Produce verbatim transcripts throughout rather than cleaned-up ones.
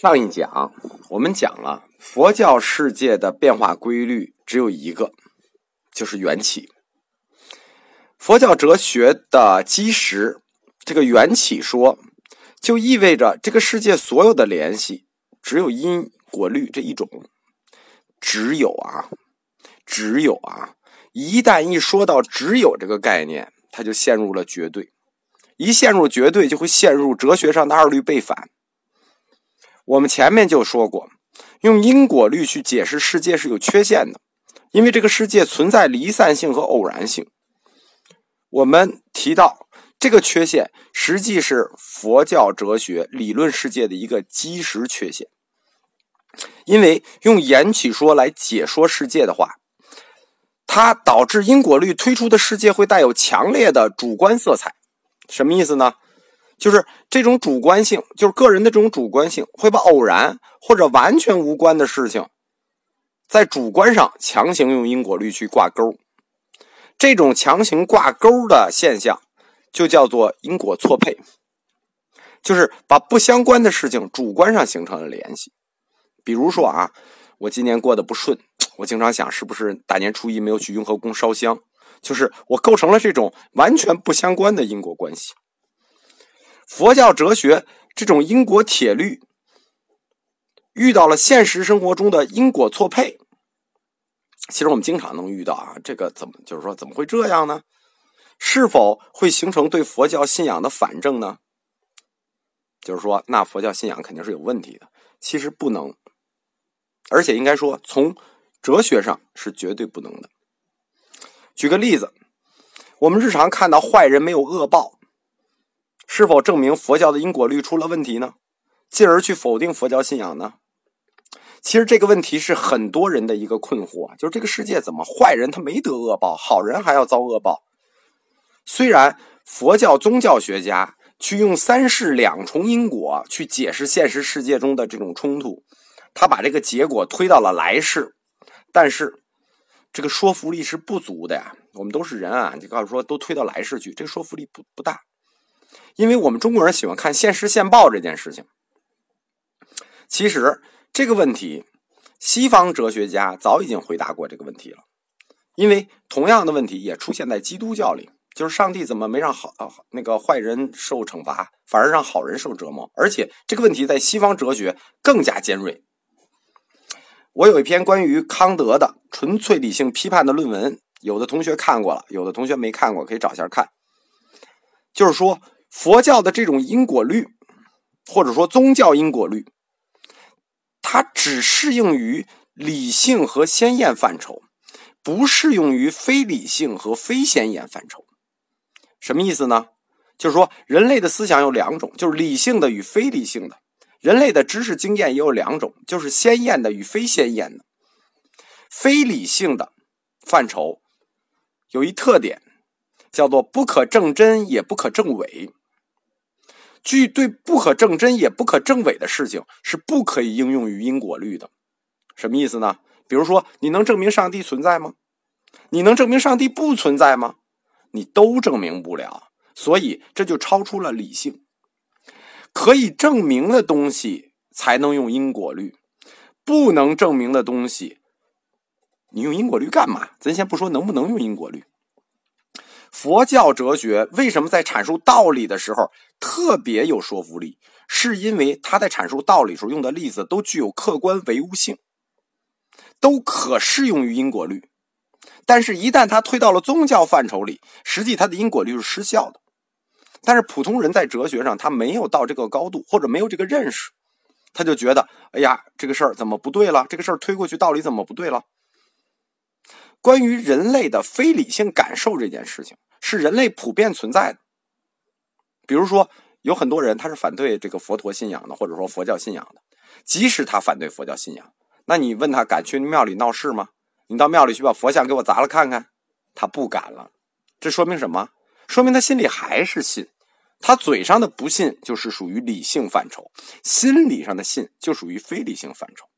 上一讲我们讲了佛教世界的变化规律只有一个，就是缘起。佛教哲学的基石，这个缘起说，就意味着这个世界所有的联系只有因果律这一种。只有啊，只有啊，一旦一说到只有这个概念，它就陷入了绝对。一陷入绝对，就会陷入哲学上的二律背反。我们前面就说过，用因果律去解释世界是有缺陷的，因为这个世界存在离散性和偶然性。我们提到这个缺陷实际是佛教哲学理论世界的一个基石缺陷。因为用缘起说来解说世界的话，它导致因果律推出的世界会带有强烈的主观色彩。什么意思呢？就是这种主观性，就是个人的这种主观性，会把偶然或者完全无关的事情，在主观上强行用因果律去挂钩。这种强行挂钩的现象，就叫做因果错配，就是把不相关的事情主观上形成了联系。比如说啊，我今年过得不顺，我经常想是不是大年初一没有去雍和宫烧香，就是我构成了这种完全不相关的因果关系。佛教哲学这种因果铁律遇到了现实生活中的因果错配，其实我们经常能遇到啊，这个怎么就是说怎么会这样呢？是否会形成对佛教信仰的反证呢？就是说那佛教信仰肯定是有问题的，其实不能，而且应该说从哲学上是绝对不能的。举个例子，我们日常看到坏人没有恶报，是否证明佛教的因果律出了问题呢？进而去否定佛教信仰呢？其实这个问题是很多人的一个困惑，就是这个世界怎么坏人他没得恶报，好人还要遭恶报？虽然佛教宗教学家去用三世两重因果去解释现实世界中的这种冲突，他把这个结果推到了来世，但是这个说服力是不足的呀。我们都是人啊，你告诉说都推到来世去，这个说服力不不大。因为我们中国人喜欢看现世现报这件事情。其实这个问题西方哲学家早已经回答过这个问题了。因为同样的问题也出现在基督教里，就是上帝怎么没让好、呃、那个坏人受惩罚，反而让好人受折磨。而且这个问题在西方哲学更加尖锐。我有一篇关于康德的纯粹理性批判的论文，有的同学看过了，有的同学没看过，可以找一下看。就是说佛教的这种因果律，或者说宗教因果律，它只适用于理性和先验范畴，不适用于非理性和非先验范畴。什么意思呢？就是说人类的思想有两种，就是理性的与非理性的。人类的知识经验也有两种，就是先验的与非先验的。非理性的范畴有一特点，叫做不可证真也不可证伪。据对不可证真也不可证伪的事情是不可以应用于因果律的。什么意思呢？比如说你能证明上帝存在吗？你能证明上帝不存在吗？你都证明不了，所以这就超出了理性。可以证明的东西才能用因果律，不能证明的东西你用因果律干嘛？咱先不说能不能用因果律。佛教哲学为什么在阐述道理的时候特别有说服力？是因为他在阐述道理时候用的例子都具有客观唯物性，都可适用于因果律。但是一旦他推到了宗教范畴里，实际他的因果律是失效的。但是普通人在哲学上他没有到这个高度，或者没有这个认识，他就觉得哎呀，这个事儿怎么不对了？这个事儿推过去道理怎么不对了？关于人类的非理性感受这件事情是人类普遍存在的。比如说有很多人他是反对这个佛陀信仰的，或者说佛教信仰的，即使他反对佛教信仰，那你问他敢去庙里闹事吗？你到庙里去把佛像给我砸了看看，他不敢了。这说明什么？说明他心里还是信，他嘴上的不信就是属于理性范畴，心理上的信就属于非理性范畴。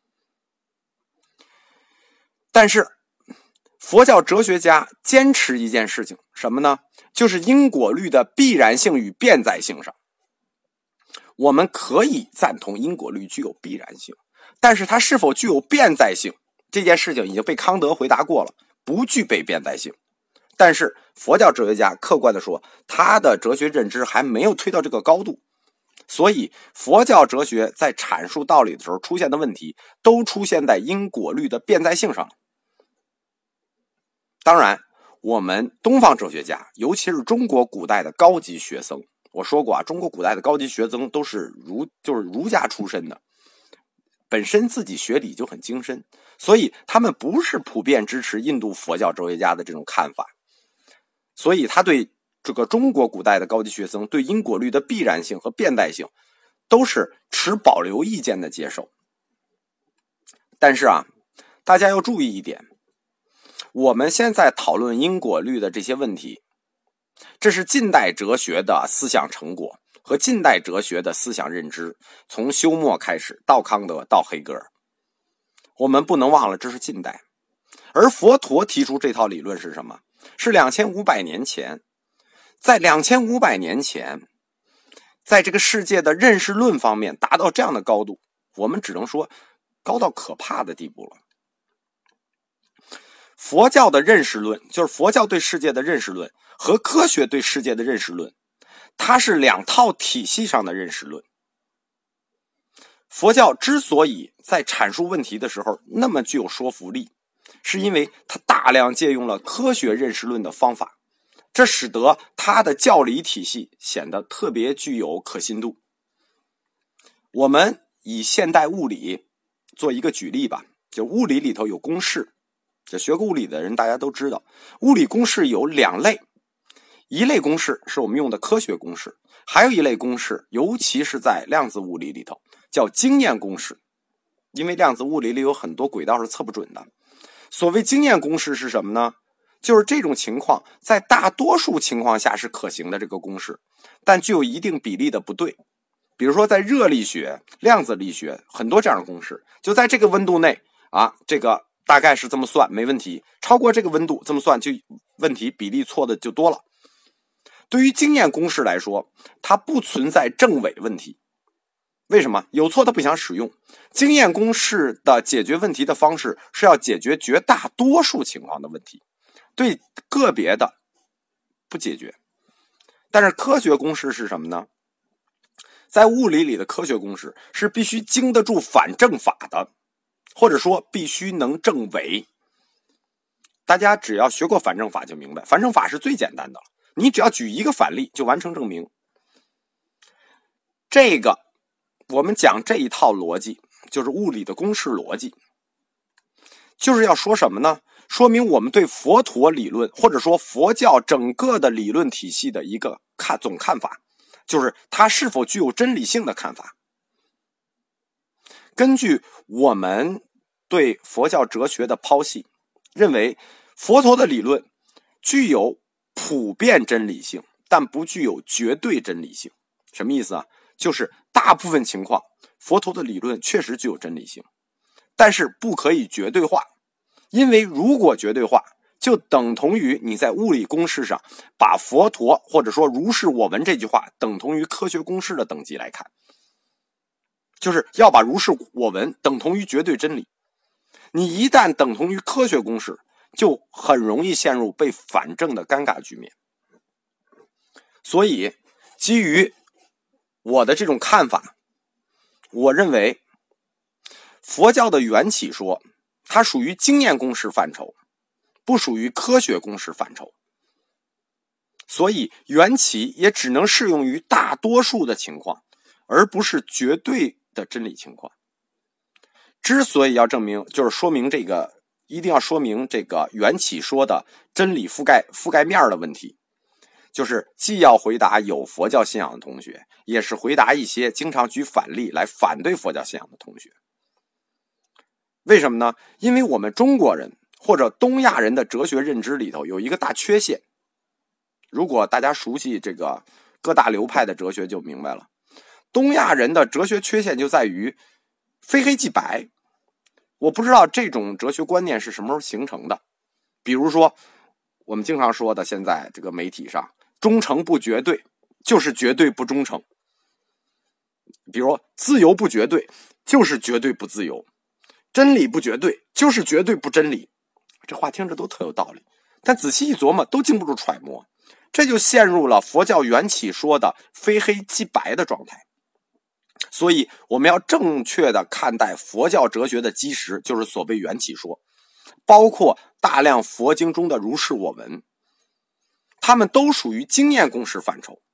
但是佛教哲学家坚持一件事情，什么呢？就是因果律的必然性与变在性上。 我们可以赞同因果律具有必然性，但是它是否具有变在性，这件事情已经被康德回答过了，不具备变在性。但是佛教哲学家客观地说，他的哲学认知还没有推到这个高度，所以佛教哲学在阐述道理的时候出现的问题，都出现在因果律的变在性上。当然，我们东方哲学家，尤其是中国古代的高级学僧，我说过啊，中国古代的高级学僧都是儒，就是儒家出身的，本身自己学理就很精深，所以他们不是普遍支持印度佛教哲学家的这种看法。所以他对这个中国古代的高级学僧对因果律的必然性和变在性都是持保留意见的接受。但是啊，大家要注意一点，我们现在讨论因果律的这些问题，这是近代哲学的思想成果和近代哲学的思想认知，从休谟开始到康德到黑格尔，我们不能忘了这是近代。而佛陀提出这套理论是什么？是两千五百年前。在两千五百年前，在这个世界的认识论方面达到这样的高度，我们只能说高到可怕的地步了。佛教的认识论，就是佛教对世界的认识论和科学对世界的认识论，它是两套体系上的认识论。佛教之所以在阐述问题的时候那么具有说服力，是因为它大量借用了科学认识论的方法，这使得它的教理体系显得特别具有可信度。我们以现代物理做一个举例吧，就物理里头有公式，这学过物理的人大家都知道，物理公式有两类，一类公式是我们用的科学公式，还有一类公式，尤其是在量子物理里头叫经验公式，因为量子物理里有很多轨道是测不准的。所谓经验公式是什么呢？就是这种情况在大多数情况下是可行的这个公式，但具有一定比例的不对。比如说在热力学、量子力学很多这样的公式，就在这个温度内啊，这个大概是这么算没问题，超过这个温度这么算就问题比例错的就多了。对于经验公式来说，它不存在正伪问题。为什么？有错它不想使用。经验公式的解决问题的方式是要解决绝大多数情况的问题，对个别的不解决。但是科学公式是什么呢？在物理里的科学公式是必须经得住反证法的，或者说必须能证伪。大家只要学过反证法就明白，反证法是最简单的了，你只要举一个反例就完成证明。这个我们讲这一套逻辑就是物理的公式逻辑，就是要说什么呢？说明我们对佛陀理论或者说佛教整个的理论体系的一个看总看法，就是它是否具有真理性的看法。根据我们对佛教哲学的剖析，认为佛陀的理论具有普遍真理性，但不具有绝对真理性。什么意思啊？就是大部分情况佛陀的理论确实具有真理性，但是不可以绝对化。因为如果绝对化，就等同于你在物理公式上把佛陀或者说如是我闻这句话等同于科学公式的等级来看，就是要把如是我闻等同于绝对真理。你一旦等同于科学公式，就很容易陷入被反证的尴尬局面。所以基于我的这种看法，我认为佛教的缘起说它属于经验公式范畴，不属于科学公式范畴，所以缘起也只能适用于大多数的情况，而不是绝对的真理情况。之所以要证明，就是说明这个一定要说明这个缘起说的真理覆盖覆盖面的问题，就是既要回答有佛教信仰的同学，也是回答一些经常举反例来反对佛教信仰的同学。为什么呢？因为我们中国人或者东亚人的哲学认知里头有一个大缺陷，如果大家熟悉这个各大流派的哲学就明白了。东亚人的哲学缺陷就在于非黑即白，我不知道这种哲学观念是什么时候形成的。比如说我们经常说的现在这个媒体上忠诚不绝对，就是绝对不忠诚。 比如自由不绝对，就是绝对不自由；真理不绝对，就是绝对不真理。这话听着都特有道理，但仔细一琢磨，都经不住揣摩，这就陷入了佛教缘起说的非黑即白的状态。所以我们要正确的看待佛教哲学的基石，就是所谓缘起说，包括大量佛经中的如是我闻，它们都属于经验共识范畴。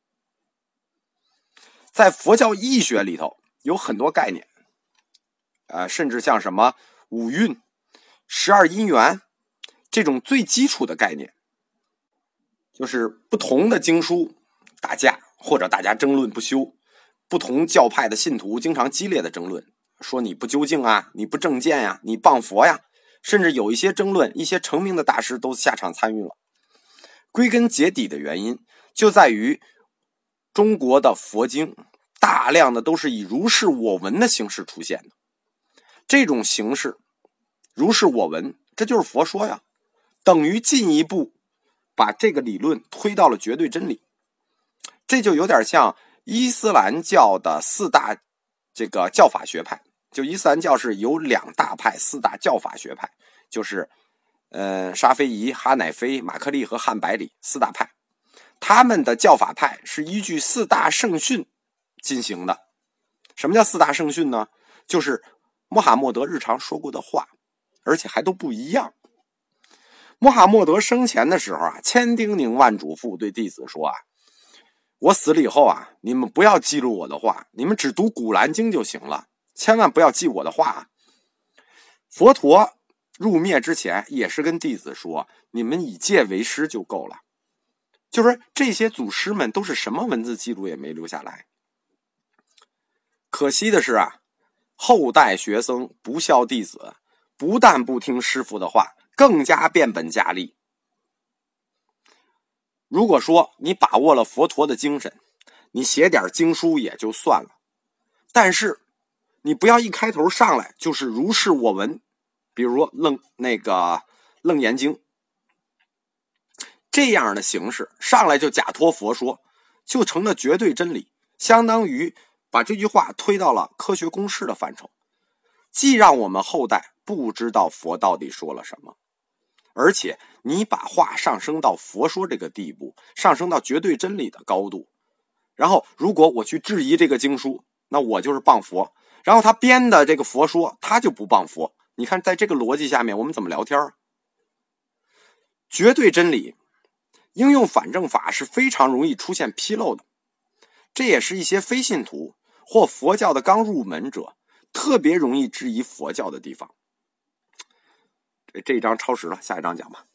在佛教义学里头有很多概念，呃，甚至像什么五蕴、十二因缘这种最基础的概念，就是不同的经书打架，或者大家争论不休，不同教派的信徒经常激烈的争论，说你不究竟啊，你不正见呀、啊，你谤佛呀，甚至有一些争论，一些成名的大师都下场参与了。归根结底的原因就在于中国的佛经大量的都是以如是我闻的形式出现的，这种形式如是我闻，这就是佛说呀，等于进一步把这个理论推到了绝对真理。这就有点像伊斯兰教的四大这个教法学派，就伊斯兰教是有两大派，四大教法学派，就是呃沙菲仪、哈乃菲、马克利和汉百里四大派。他们的教法派是依据四大圣训进行的。什么叫四大圣训呢？就是穆罕默德日常说过的话，而且还都不一样。穆罕默德生前的时候啊，千叮咛万嘱咐对弟子说啊，我死了以后啊，你们不要记录我的话，你们只读古兰经就行了，千万不要记我的话啊。佛陀入灭之前也是跟弟子说，你们以戒为师就够了。就是这些祖师们都是什么文字记录也没留下来。可惜的是啊，后代学生不孝弟子，不但不听师父的话，更加变本加厉。如果说你把握了佛陀的精神，你写点经书也就算了，但是你不要一开头上来就是如是我闻，比如楞那个楞严经这样的形式，上来就假托佛说，就成了绝对真理，相当于把这句话推到了科学公式的范畴，既让我们后代不知道佛到底说了什么，而且你把话上升到佛说这个地步，上升到绝对真理的高度，然后如果我去质疑这个经书，那我就是谤佛，然后他编的这个佛说他就不谤佛。你看在这个逻辑下面我们怎么聊天啊？绝对真理应用反证法是非常容易出现纰漏的，这也是一些非信徒或佛教的刚入门者特别容易质疑佛教的地方。这这一章超时了，下一章讲吧。